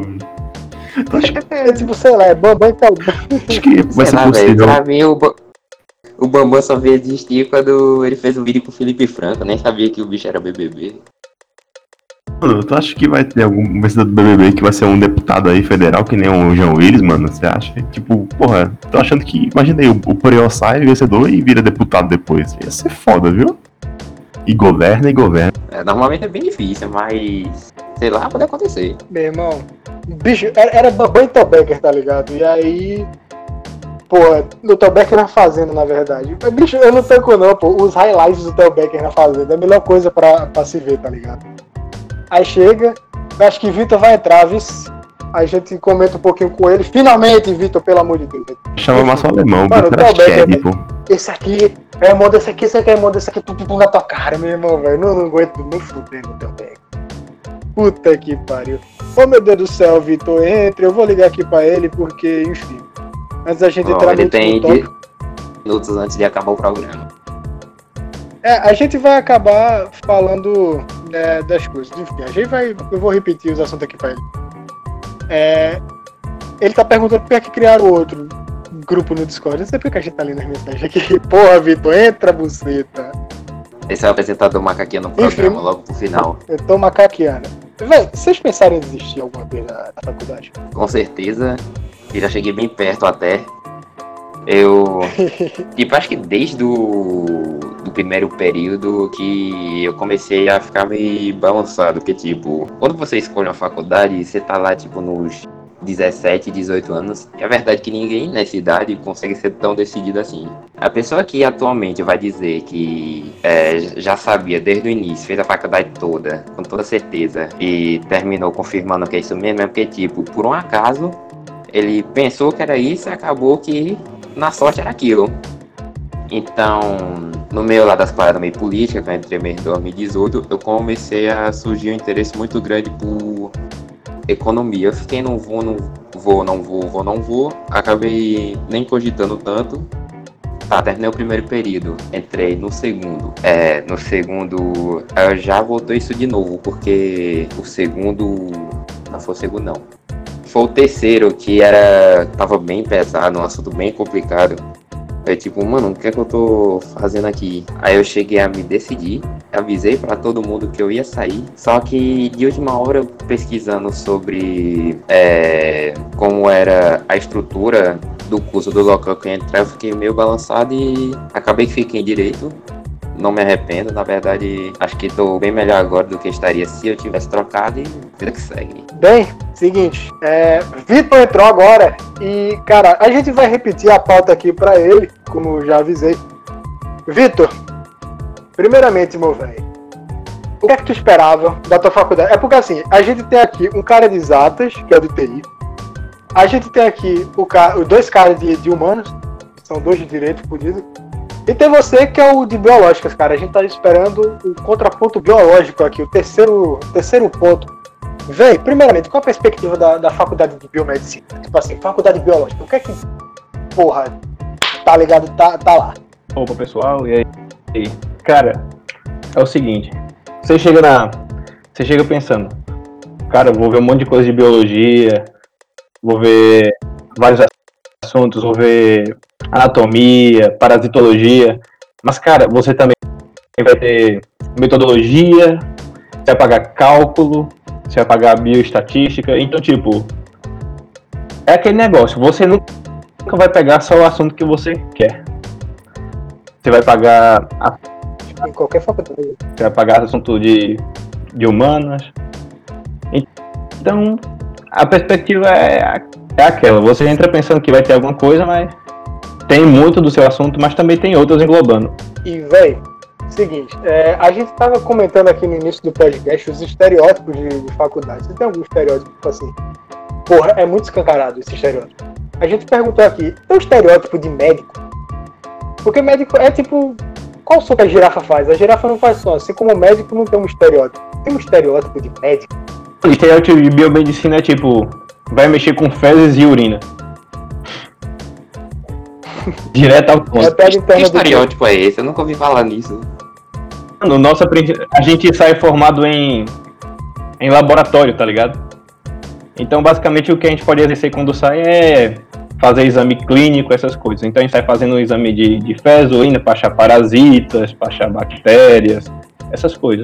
É tipo, sei lá, é Bambam e tal. Acho que vai ser possível. Pra mim, o Bambam só veio existir quando ele fez um vídeo com o Felipe Franco. Eu nem sabia que o bicho era BBB. Mano, tu acha que vai ter algum vencedor do BBB que vai ser um deputado aí federal, que nem o João Willis, mano? Você acha? Tipo, porra, tô achando que... Imagina aí, o Priol sai vencedor e vira deputado depois. Ia ser foda, viu? E governa. Normalmente é bem difícil, mas... Sei lá, pode acontecer. Meu irmão, bicho, era Bambam e Thobecker, tá ligado? E aí... Pô, o Thobecker na Fazenda, na verdade. Bicho, eu não tanco não, pô. Os highlights do Thobecker na Fazenda é a melhor coisa pra se ver, tá ligado? Aí chega, acho que Vitor vai entrar, viu? A gente comenta um pouquinho com ele. Finalmente, Vitor, pelo amor de Deus. Chama mais o alemão, mano, o Thobecker, pô. Esse aqui é irmão desse aqui, esse aqui é irmão desse aqui, tudo na tua cara, meu irmão, velho. Não aguento, não fudendo o Thobecker. Puta que pariu. Ô, meu Deus do céu, Vitor, entre. Eu vou ligar aqui pra ele, porque, enfim. Antes da gente entrar no tópico, minutos antes de acabar o programa. A gente vai acabar falando das coisas. Enfim, eu vou repetir os assuntos aqui pra ele. Ele tá perguntando por que criaram outro grupo no Discord. Não sei por que a gente tá lendo as mensagens aqui. Porra, Vitor, entra, buceta. Esse é o apresentador macaqueando no programa, enfim, logo pro final. Eu tô macaqueando. Véi, vocês pensaram em desistir alguma vez na faculdade? Com certeza. Eu já cheguei bem perto até. Eu... tipo, acho que desde do primeiro período que eu comecei a ficar meio balançado. Porque, tipo, quando você escolhe uma faculdade, você tá lá, tipo, nos 17, 18 anos. E a verdade é que ninguém nessa idade consegue ser tão decidido assim. A pessoa que atualmente vai dizer que já sabia desde o início, fez a faculdade toda, com toda certeza, e terminou confirmando que é isso mesmo, é porque, tipo, por um acaso, ele pensou que era isso e acabou que na sorte era aquilo. Então, no meio lá das paradas meio políticas, que eu entrei meio em 2018, eu comecei a surgir um interesse muito grande por economia. Eu fiquei não vou, acabei nem cogitando tanto. Tá, terminei o primeiro período, entrei no segundo. No segundo, eu já voltou isso de novo, porque o segundo, não foi o segundo não. Foi o terceiro, que tava bem pesado, um assunto bem complicado. Eu tipo, mano, o que é que eu tô fazendo aqui? Aí eu cheguei a me decidir, avisei pra todo mundo que eu ia sair. Só que de última hora, pesquisando sobre como era a estrutura do curso do local que eu ia entrar, eu fiquei meio balançado e acabei que fiquei em direito. Não me arrependo, na verdade, acho que tô bem melhor agora do que estaria se eu tivesse trocado e vida que segue. Bem, seguinte, Vitor entrou agora e, cara, a gente vai repetir a pauta aqui pra ele, como eu já avisei. Vitor, primeiramente, meu velho, o que é que tu esperava da tua faculdade? É porque assim, a gente tem aqui um cara de exatas, que é o de TI, a gente tem aqui os dois caras de humanos, são dois de direito fodidos, e tem você que é o de biológicas, cara. A gente tá esperando o contraponto biológico aqui, o terceiro ponto. Véi, primeiramente, qual a perspectiva da faculdade de biomedicina? Tipo assim, faculdade biológica, o que é que, porra, tá ligado, tá lá? Opa, pessoal, e aí? Cara, é o seguinte, você chega pensando, cara, eu vou ver um monte de coisa de biologia, vou ver vários assuntos, vou ver anatomia, parasitologia, mas, cara, você também vai ter metodologia, você vai pagar cálculo, você vai pagar bioestatística, então, tipo, é aquele negócio, você nunca vai pegar só o assunto que você quer. Você vai pagar em qualquer faculdade. Você vai pagar assunto de humanas. Então, a perspectiva é aquela, você entra pensando que vai ter alguma coisa, mas tem muito do seu assunto, mas também tem outras englobando. E, velho, seguinte, a gente tava comentando aqui no início do podcast os estereótipos de faculdade. Você tem algum estereótipo, tipo assim? Porra, é muito escancarado esse estereótipo. A gente perguntou aqui, tem um estereótipo de médico? Porque médico é tipo, qual som que a girafa faz? A girafa não faz som, assim como o médico não tem um estereótipo. Tem um estereótipo de médico? O estereótipo de biomedicina é tipo, vai mexer com fezes e urina. Direto ao ponto. Que estereótipo é esse? Eu nunca ouvi falar nisso. No nosso, a gente sai formado em laboratório, tá ligado? Então, basicamente, o que a gente pode exercer quando sai é fazer exame clínico, essas coisas. Então, a gente sai fazendo um exame de fezes, urina, pra achar parasitas, pra achar bactérias, essas coisas.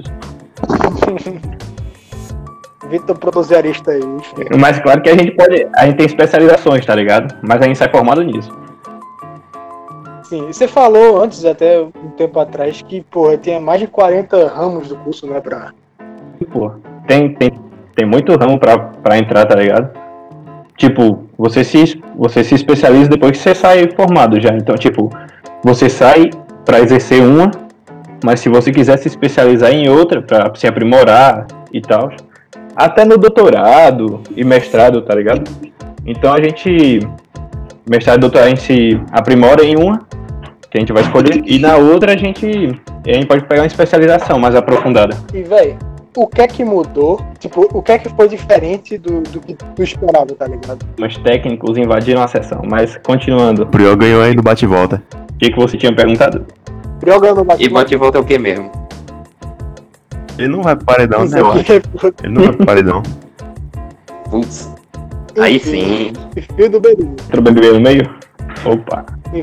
Vitor protozoarista aí. Mas claro que a gente tem especializações, tá ligado? Mas a gente sai formado nisso. Sim, você falou antes, até um tempo atrás, que, porra, tinha mais de 40 ramos do curso, né, pra... Pô, tem muito ramo pra entrar, tá ligado? Tipo, você se especializa depois que você sai formado já. Então, tipo, você sai pra exercer uma, mas se você quiser se especializar em outra, pra se aprimorar e tal, até no doutorado e mestrado, tá ligado? Então mestrado e doutorado a gente se aprimora em uma, que a gente vai escolher, e na outra a gente pode pegar uma especialização mais aprofundada. E, véi, o que é que mudou? Tipo, o que é que foi diferente do que tu esperava, tá ligado? Os técnicos invadiram a sessão, mas continuando. O Priol ganhou aí no bate-volta. O que você tinha perguntado? Priol ganhou no bate-volta. E bate-volta é o que mesmo? Ele não vai pro paredão, eu acho. Ele não vai pro paredão. Putz. Aí sim. Fio do BBB. Entrou o BBB no meio? Opa.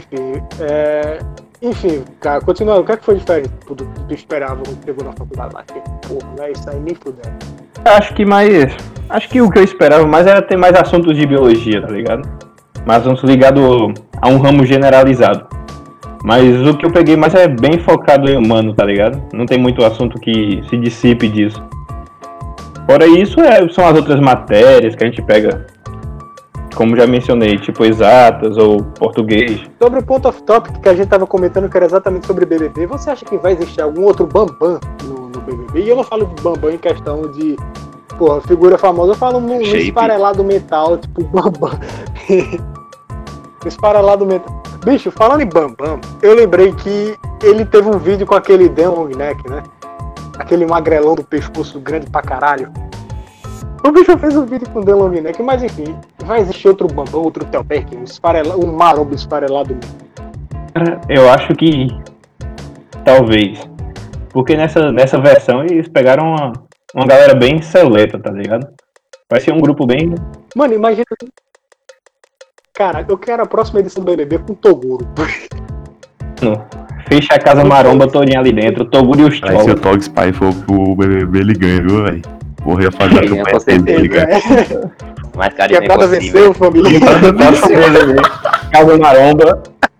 Enfim, cara, continuando, o que é que foi diferente do que tu esperava quando chegou na faculdade lá? Porra, né, isso aí nem fudeu. Acho que o que eu esperava mais era ter mais assuntos de biologia, tá ligado? Mais assuntos ligados a um ramo generalizado. Mas o que eu peguei mais é bem focado em humano, tá ligado? Não tem muito assunto que se dissipe disso. Fora isso, são as outras matérias que a gente pega, como já mencionei, tipo exatas ou português. Sobre o ponto off-topic que a gente tava comentando, que era exatamente sobre BBB, você acha que vai existir algum outro Bambam no BBB? E eu não falo de Bambam em questão de, porra, figura famosa, eu falo no esfarelado mental, tipo Bambam. Esfarelado mental. Bicho, falando em Bambam, eu lembrei que ele teve um vídeo com aquele Dan Long Neck, né? Aquele magrelão do pescoço grande pra caralho. O bicho fez um vídeo com o Dan Long Neck, mas enfim, vai existir outro Bambam, outro Telbeck, um maromba esfarelado. Cara, eu acho que talvez. Porque nessa versão eles pegaram uma galera bem seleta, tá ligado? Vai ser um grupo bem. Mano, imagina. Cara, eu quero a próxima edição do BBB com o Toguro. Fecha a casa maromba todinha ali dentro, o Toguro e os Aí se o Togos. Tog Spy for pro BBB, ele ganha, viu, velho? Porra, ia fazer Ele ganha, a com campanha dele, certeza. cara. Mas, Que cara, é pra vencer, família. Casa maromba.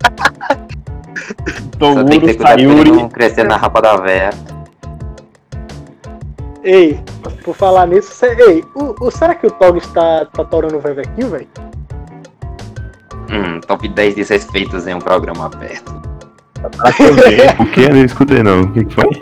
Só tem que Toguro, ter cuidado pra ele Sayuri. não crescer na rapa da véia. Ei, por falar nisso, será que o Tog está torando o Vevequinho, velho? Top 10 desrespeitos em um programa aberto. O que? Eu não escutei, não. O que foi?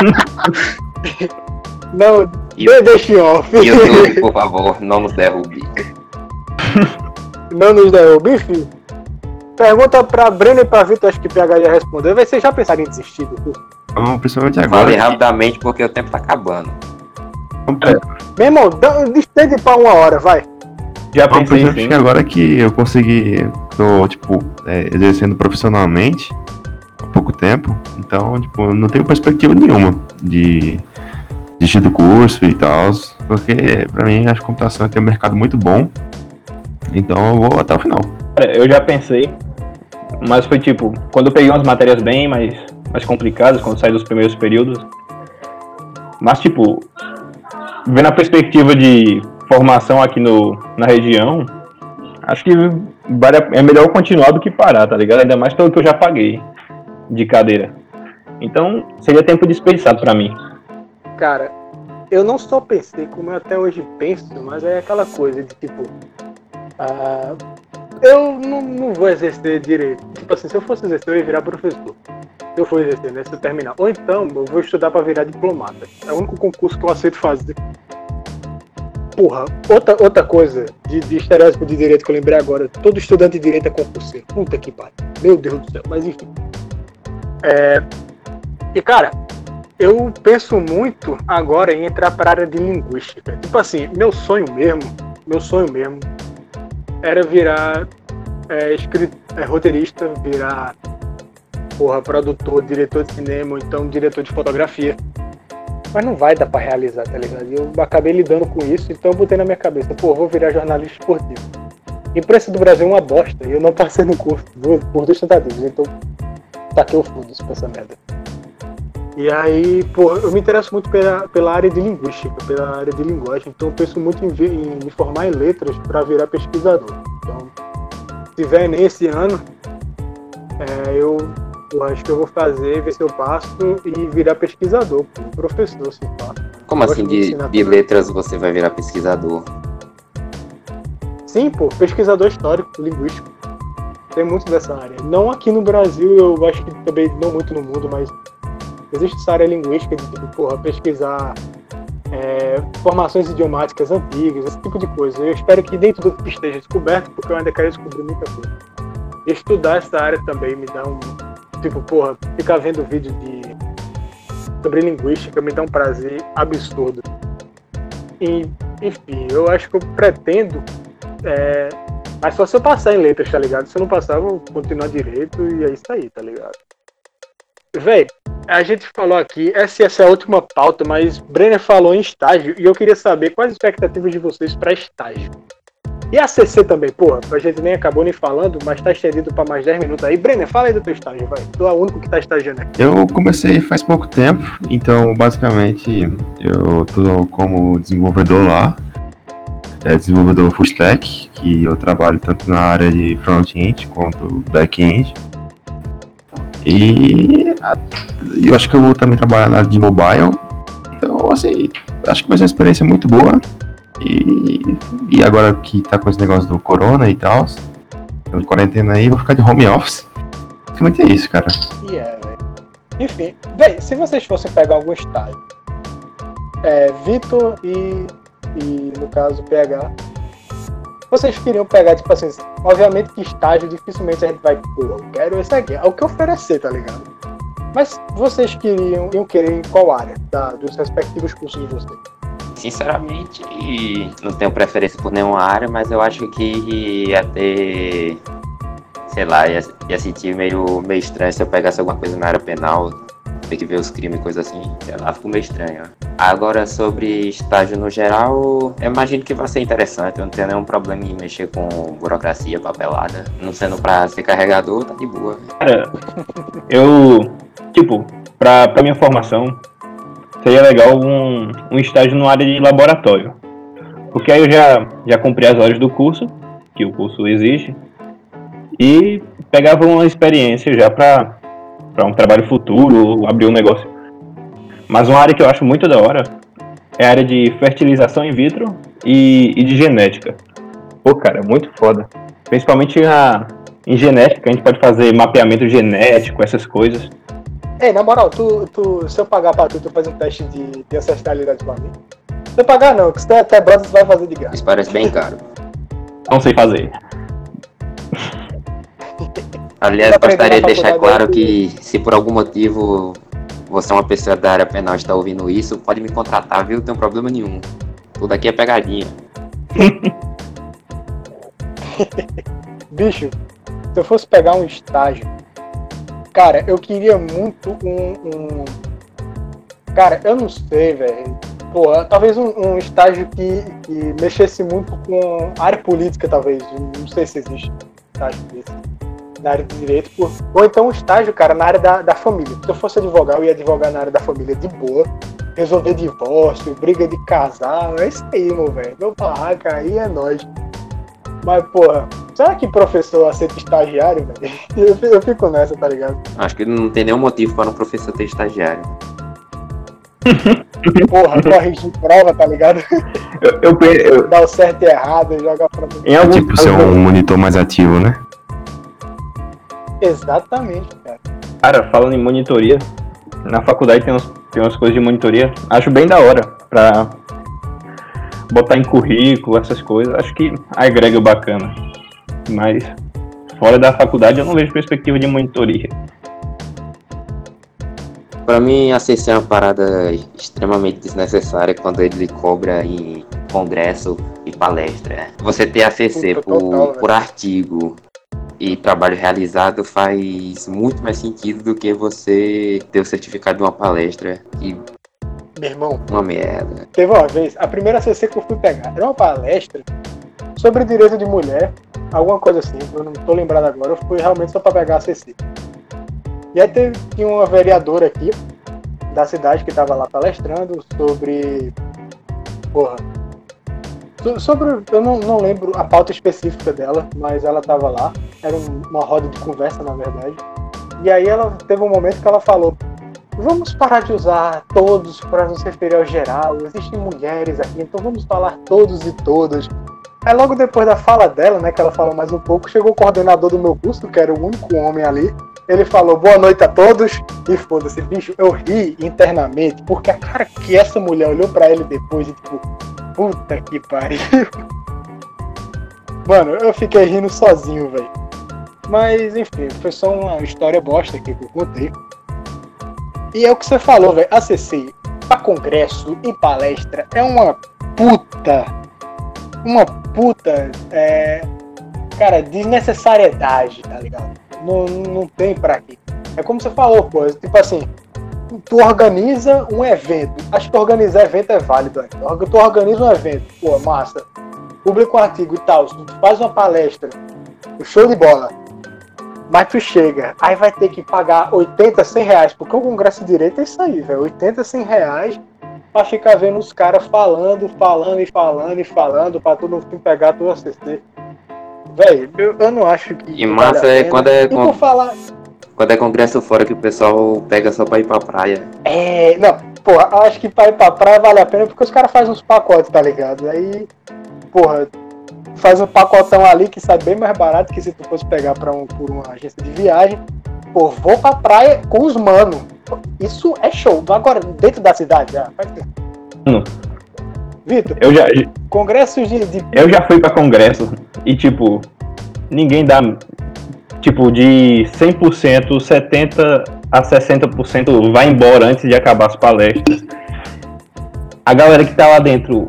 Não, E- deixa em off. YouTube, por favor, não nos derrube. Não nos derrube, enfim. Pergunta pra Breno e pra Vitor, acho que o PH ia responder. Vocês já pensaram em desistir do curso? Então, principalmente agora. Fale rapidamente porque o tempo tá acabando. Meu irmão, estende pra 1 hora, vai. Já Não, pensei acho sim. que agora que eu consegui, tô, tipo, exercendo profissionalmente há pouco tempo, então, tipo, eu não tenho perspectiva nenhuma de desistir do curso e tal, porque pra mim acho que computação tem um mercado muito bom, então eu vou até o final. Cara, eu já pensei, mas foi tipo, quando eu peguei umas matérias bem mais complicadas, quando eu saí dos primeiros períodos. Mas tipo, vendo a perspectiva de formação aqui na região, acho que é melhor eu continuar do que parar, tá ligado? Ainda mais pelo que eu já paguei de cadeira. Então, seria tempo desperdiçado pra mim. Cara, eu não só pensei, como eu até hoje penso, mas é aquela coisa de tipo. Eu não vou exercer direito. Tipo assim, se eu fosse exercer, eu ia virar professor. Se eu for exercer, né? Se eu terminar. Ou então, eu vou estudar pra virar diplomata. É o único concurso que eu aceito fazer. Porra, outra coisa de estereótipo de direito que eu lembrei agora. Todo estudante de direito é concurseiro. Puta que pariu. Meu Deus do céu, mas enfim. E cara, eu penso muito agora em entrar para a área de linguística. Tipo assim, meu sonho mesmo era virar roteirista, virar produtor, diretor de cinema, ou então diretor de fotografia. Mas não vai dar pra realizar, tá ligado? E eu acabei lidando com isso, então eu botei na minha cabeça, vou virar jornalista esportivo. Imprensa do Brasil é uma bosta, e eu não passei no curso, por 2 tentativas, então taquei o foda-se pra essa merda. E aí, eu me interesso muito pela área de linguística, pela área de linguagem, então eu penso muito em me formar em letras para virar pesquisador. Então, se vier nesse ano, eu acho que eu vou ver se eu passo e virar pesquisador, professor, se pá. Como assim de letras você vai virar pesquisador? Sim, pesquisador histórico, linguístico. Tem muito dessa área. Não aqui no Brasil, eu acho que também não muito no mundo, mas existe essa área linguística de pesquisar formações idiomáticas antigas, esse tipo de coisa. Eu espero que dentro do que esteja descoberto, porque eu ainda quero descobrir muita coisa. Estudar essa área também me dá ficar vendo vídeo sobre linguística me dá um prazer absurdo. E, enfim, eu acho que eu pretendo, mas só se eu passar em letras, tá ligado? Se eu não passar, eu vou continuar direito e é isso aí, tá ligado? Véi, a gente falou aqui, essa é a última pauta, mas Brenner falou em estágio e eu queria saber quais as expectativas de vocês para estágio. E a CC também, a gente nem acabou nem falando, mas tá estendido para mais 10 minutos aí. Brenner, fala aí do teu estágio, vai. Tu é o único que tá estagiando aqui. Eu comecei faz pouco tempo, então basicamente eu tô como desenvolvedor lá, desenvolvedor full stack, que eu trabalho tanto na área de front-end quanto back-end. E eu acho que eu vou também trabalhar na área de mobile, então assim, acho que vai ser uma experiência muito boa. E agora que tá com esse negócio do corona e tal, de quarentena aí, vou ficar de home office. Basicamente é isso, cara. Velho. Enfim, se vocês fossem pegar algum estágio, Vitor e no caso PH, vocês queriam pegar, tipo assim, obviamente que estágio dificilmente a gente vai, pô, eu quero esse aqui, é o que oferecer, tá ligado? Mas vocês iam querer em qual área dos respectivos cursos de vocês? Sinceramente, não tenho preferência por nenhuma área, mas eu acho que ia ter, sei lá, ia sentir meio estranho se eu pegasse alguma coisa na área penal, ter que ver os crimes e coisa assim, sei lá, ficou meio estranho. Agora, sobre estágio no geral, eu imagino que vai ser interessante, eu não tenho nenhum problema em mexer com burocracia, papelada, não sendo pra ser carregador, tá de boa. Cara, pra minha formação, seria legal um estágio numa área de laboratório. Porque aí eu já cumpri as horas do curso, que o curso exige, e pegava uma experiência já para um trabalho futuro, ou abrir um negócio. Mas uma área que eu acho muito da hora é a área de fertilização in vitro e de genética. Pô, cara, é muito foda. Principalmente em genética, a gente pode fazer mapeamento genético, essas coisas. Ei, na moral, se eu pagar pra tu faz um teste de ancestralidade pra mim? Se eu pagar não, que se tu é até brother, você vai fazer de graça. Isso parece bem caro. Não sei fazer. Aliás, gostaria de deixar claro que se por algum motivo você é uma pessoa da área penal e está ouvindo isso, pode me contratar, viu? Não tem problema nenhum. Tudo aqui é pegadinha. Bicho, se eu fosse pegar um estágio, cara, eu queria muito Cara, eu não sei, velho. Pô, talvez um estágio que mexesse muito com área política, talvez. Não sei se existe estágio desse na área de direito. Ou então um estágio, cara, na área da família. Se eu fosse advogado, eu ia advogar na área da família de boa. Resolver divórcio, briga de casal. É isso aí, meu velho. Meu barraca aí é nóis. Mas, porra, será que professor aceita estagiário, velho? Eu fico nessa, tá ligado? Acho que não tem nenhum motivo para um professor ter estagiário. Porra, corrigir prova, tá ligado? Eu Dá o certo e errado, joga pra mim. em alguns Tipo, ser um monitor mais ativo, né? Exatamente, cara. Cara, falando em monitoria, na faculdade tem umas coisas de monitoria. Acho bem da hora pra botar em currículo, essas coisas. Acho que agrega bacana. Mas fora da faculdade eu não vejo perspectiva de monitoria. Para mim, a CC é uma parada extremamente desnecessária quando ele cobra em congresso e palestra. Você ter a CC por artigo e trabalho realizado faz muito mais sentido do que você ter o certificado de uma palestra. E Meu irmão, uma merda. teve uma vez, a primeira CC que eu fui pegar era uma palestra sobre direito de mulher, alguma coisa assim, eu não tô lembrado agora, eu fui realmente só pra pegar a CC. E aí tinha uma vereadora aqui da cidade que tava lá palestrando sobre... Porra. Sobre... Eu não lembro a pauta específica dela, mas ela tava lá. Era uma roda de conversa, na verdade. E aí ela teve um momento que ela falou: vamos parar de usar todos para nos referir ao geral. Existem mulheres aqui, então vamos falar todos e todas. Aí logo depois da fala dela, né, que ela falou mais um pouco, chegou o coordenador do meu curso, que era o único homem ali. Ele falou boa noite a todos e foda-se, bicho, eu ri internamente, porque a cara que essa mulher olhou pra ele depois e tipo, puta que pariu. Mano, eu fiquei rindo sozinho, velho. Mas enfim, foi só uma história bosta aqui que eu contei. E é o que você falou, velho, a CC, pra congresso e palestra, é uma puta, cara, desnecessariedade, tá ligado? Não tem pra quê. É como você falou, pô, tipo assim, tu organiza um evento, acho que organizar evento é válido, né? Tu organiza um evento, pô, massa, publica um artigo e tal, tu faz uma palestra, show de bola, mas tu chega, aí vai ter que pagar 80, 100 reais, porque o Congresso de Direito é isso aí, velho, 80, 100 reais pra ficar vendo os caras falando, pra tu no fim pegar a tua CC. Velho, eu não acho que... E massa é quando é... por falar... Quando é congresso fora que o pessoal pega só pra ir pra praia. Não, porra, acho que pra ir pra praia vale a pena porque os caras fazem uns pacotes, tá ligado? Aí, porra, faz um pacotão ali que sai bem mais barato que se tu fosse pegar por uma agência de viagem. Pô, vou pra praia com os mano. Isso é show. Agora, dentro da cidade, já faz tempo. Vitor, Eu já, congressos de eu já fui pra congresso e, tipo, ninguém dá, tipo, de 100%, 70% a 60% vai embora antes de acabar as palestras. A galera que tá lá dentro,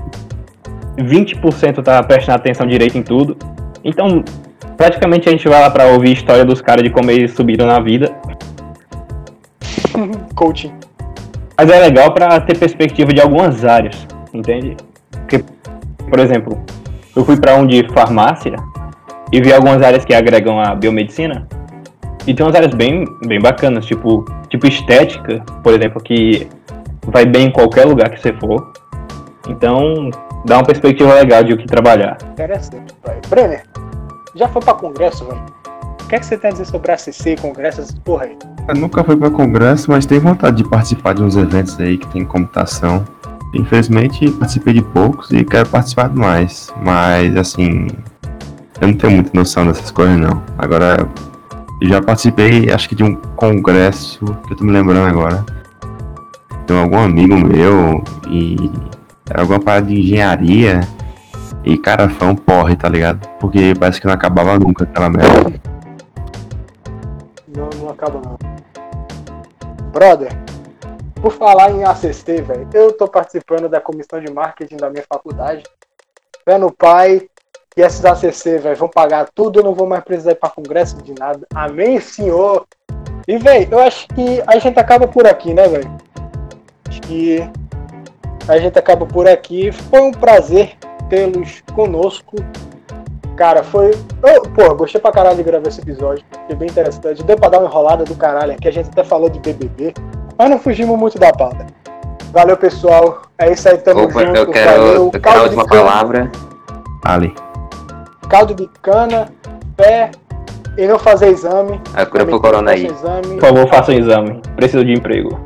20% tá prestando atenção direito em tudo. Então, praticamente a gente vai lá pra ouvir a história dos caras de como eles subiram na vida. coaching. Mas é legal pra ter perspectiva de algumas áreas, entende? Porque, por exemplo, eu fui pra um de farmácia e vi algumas áreas que agregam a biomedicina. E tem umas áreas bem bacanas, tipo estética, por exemplo, que vai bem em qualquer lugar que você for. Então, dá uma perspectiva legal de o que trabalhar. Interessante, velho. Brenner, já foi pra congresso, velho? O que é que você tem a dizer sobre ACC, congresso, essas porra aí? Eu nunca fui pra congresso, mas tenho vontade de participar de uns eventos aí que tem computação. Infelizmente, participei de poucos e quero participar de mais. Mas, assim, eu não tenho muita noção dessas coisas, não. Agora, eu já participei, acho que de um congresso, que eu tô me lembrando agora. Tem algum amigo meu e era alguma parada de engenharia. E, cara, foi um porre, tá ligado? Porque parece que não acabava nunca aquela merda. Não acaba não. Brother, por falar em ACC, velho, eu tô participando da comissão de marketing da minha faculdade. Fé no pai, que esses ACC, velho, vão pagar tudo, eu não vou mais precisar ir pra congresso de nada. Amém, senhor. E, velho, eu acho que a gente acaba por aqui, né, velho? Acho que a gente acaba por aqui. Foi um prazer tê-los conosco. Cara, foi... gostei pra caralho de gravar esse episódio. Foi bem interessante. Deu pra dar uma enrolada do caralho aqui. A gente até falou de BBB. Mas não fugimos muito da pauta. Valeu, pessoal. É isso aí, tamo junto. Eu quero a última palavra. Ali. Caldo de cana, pé e não fazer exame. A cura pro corona aí. Exame. Por favor, faça um exame. Preciso de emprego.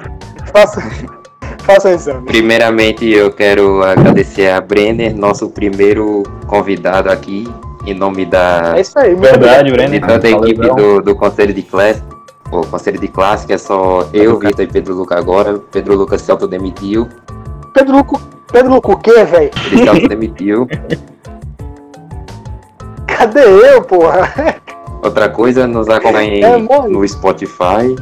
Faça exame. Primeiramente, eu quero agradecer a Brenner, nosso primeiro convidado aqui, em nome da É isso aí, muito Verdade, obrigado. Brenner. de toda a Valeu, equipe do Conselho de Classe. O Conselho de Classe, que é só eu, Vitor e Pedro Luca agora. Pedro Luca se autodemitiu. Pedro Luco o quê, velho? Ele se autodemitiu. Cadê eu, porra? Outra coisa, nos acompanhem no Spotify.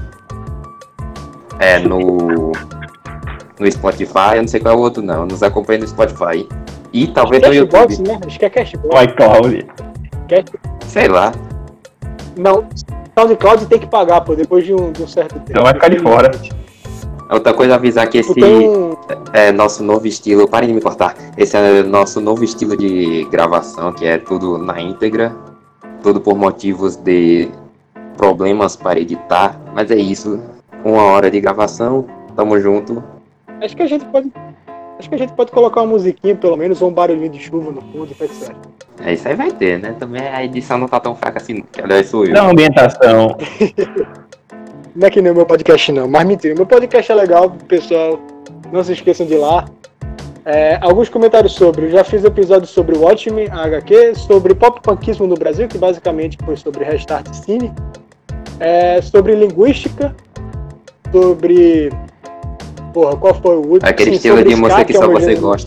No Spotify, eu não sei qual é o outro não. Nos acompanhem no Spotify. E talvez no Cashbox, YouTube. né? Acho que é Cashbox. Vai, Cláudio. Sei lá. Não, SoundCloud tem que pagar, pô, depois de um certo tempo. Então vai ficar de fora. Outra coisa, avisar que esse é nosso novo estilo. Parem de me cortar. Esse é nosso novo estilo de gravação, que é tudo na íntegra. Tudo por motivos de problemas para editar. Mas é isso. 1 hora de gravação. Tamo junto. Acho que a gente pode colocar uma musiquinha, pelo menos, ou um barulhinho de chuva no fundo, etc. É isso aí, vai ter, né? Também a edição não tá tão fraca assim. Que, aliás, sou eu. Dá uma ambientação. Não é que nem o meu podcast, não. Mas mentira, meu podcast é legal, pessoal. Não se esqueçam de ir lá. Alguns comentários sobre. Eu já fiz episódios sobre Watchmen, a HQ, sobre pop-punkismo no Brasil, que basicamente foi sobre Restart Cine. Sobre linguística. Sobre... Porra, qual foi o último? Aquele Sim, estilo sobre de música ska, que é só um você gênero- gosta.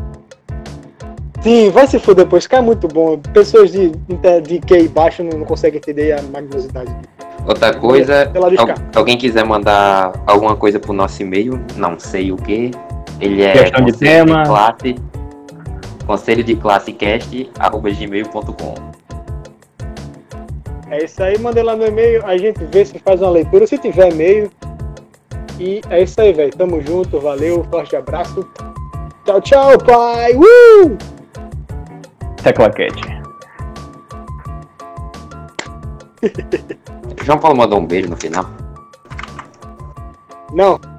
Sim, vai se fuder, pois ska é muito bom. Pessoas de QI baixo não conseguem entender a magnificidade. Outra coisa, Sei lá, de ska. alguém quiser mandar alguma coisa pro nosso e-mail, não sei o que. Ele é Questão de tema. conselho de classe cast@gmail.com. É isso aí, manda lá no e-mail, a gente vê se faz uma leitura, se tiver e-mail. E é isso aí, velho. Tamo junto, valeu, forte abraço. Tchau, tchau, pai! Essa é claquete. João Paulo mandou um beijo no final. Não,